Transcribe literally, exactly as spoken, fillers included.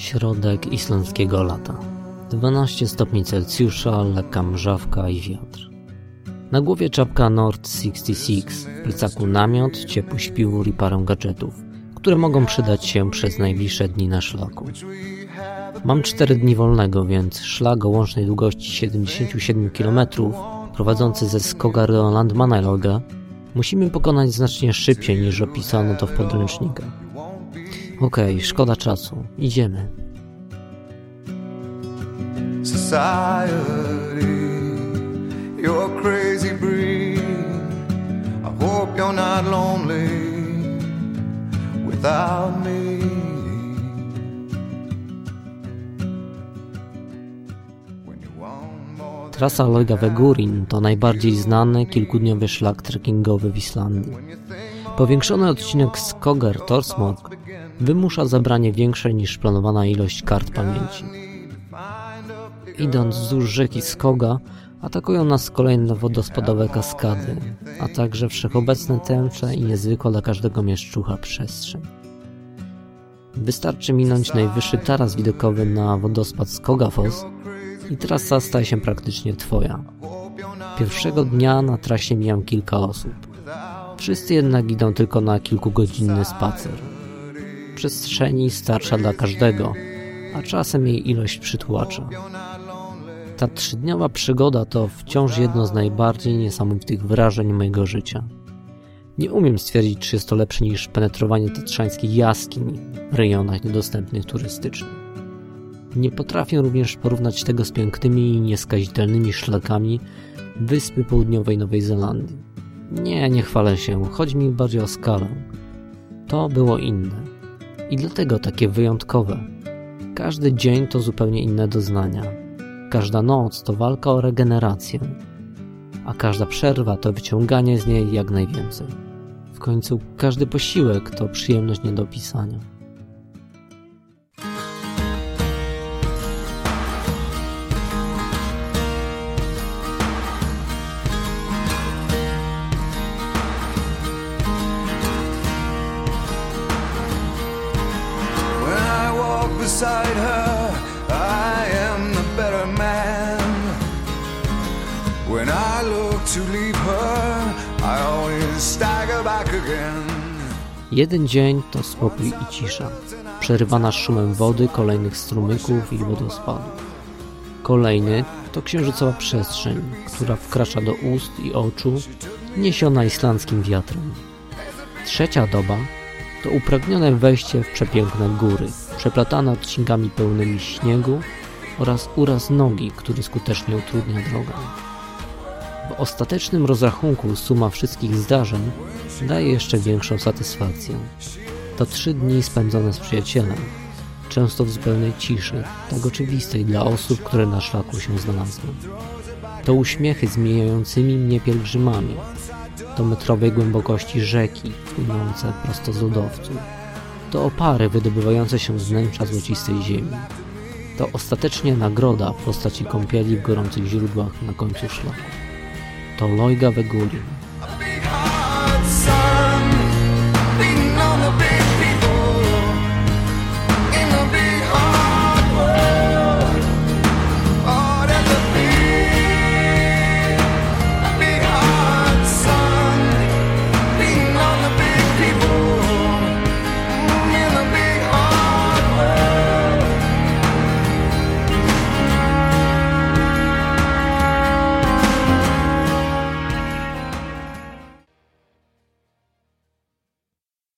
Środek islandzkiego lata. dwanaście stopni Celsjusza, lekka mrzawka i wiatr. Na głowie czapka Nord sześćdziesiąt sześć, w plecaku namiot, ciepły śpiwór i parę gadżetów, które mogą przydać się przez najbliższe dni na szlaku. Mam cztery dni wolnego, więc szlak o łącznej długości siedemdziesiąt siedem kilometrów, prowadzący ze Skogar do Landmannalaugar, musimy pokonać znacznie szybciej niż opisano to w podręcznikach. Okej, okay, szkoda czasu. Idziemy. Society, you're crazy breed. I hope you're not lonely without me. Trasa Laugavegurin to najbardziej znany kilkudniowy szlak trekkingowy w Islandii. Powiększony odcinek Skogar-Tórsmörk wymusza zabranie większej niż planowana ilość kart pamięci. Idąc wzdłuż rzeki Skoga, atakują nas kolejne wodospadowe kaskady, a także wszechobecne tęcze i niezwykła dla każdego mieszczucha przestrzeń. Wystarczy minąć najwyższy taras widokowy na wodospad Skogafoss i trasa staje się praktycznie twoja. Pierwszego dnia na trasie mijam kilka osób. Wszyscy jednak idą tylko na kilkugodzinny spacer. Przestrzeni starsza dla każdego, a czasem jej ilość przytłacza. Ta trzydniowa przygoda to wciąż jedno z najbardziej niesamowitych wrażeń mojego życia. Nie umiem stwierdzić, czy jest to lepsze niż penetrowanie tatrzańskich jaskiń w rejonach niedostępnych turystycznie. Nie potrafię również porównać tego z pięknymi i nieskazitelnymi szlakami wyspy południowej Nowej Zelandii. Nie, nie chwalę się, chodzi mi bardziej o skalę. To było inne. I dlatego takie wyjątkowe. Każdy dzień to zupełnie inne doznania. Każda noc to walka o regenerację. A każda przerwa to wyciąganie z niej jak najwięcej. W końcu każdy posiłek to przyjemność nie do opisania. Beside her, I am the better man. When I look to leave her, I always stagger back again. Jeden dzień to spokój i cisza, przerywana szumem wody, kolejnych strumyków i wodospadów. Kolejny to księżycowa przestrzeń, która wkracza do ust i oczu, niesiona islandzkim wiatrem. Trzecia doba to upragnione wejście w przepiękne góry, przeplatane odcinkami pełnymi śniegu oraz uraz nogi, który skutecznie utrudnia drogę. W ostatecznym rozrachunku suma wszystkich zdarzeń daje jeszcze większą satysfakcję. To trzy dni spędzone z przyjacielem, często w zupełnej ciszy, tak oczywistej dla osób, które na szlaku się znalazły. To uśmiechy z mijającymi mnie pielgrzymami, to metrowej głębokości rzeki płynące prosto z lodowców, to opary wydobywające się z wnętrza złocistej ziemi. To ostatecznie nagroda w postaci kąpieli w gorących źródłach na końcu szlaku. To Laugavegurin.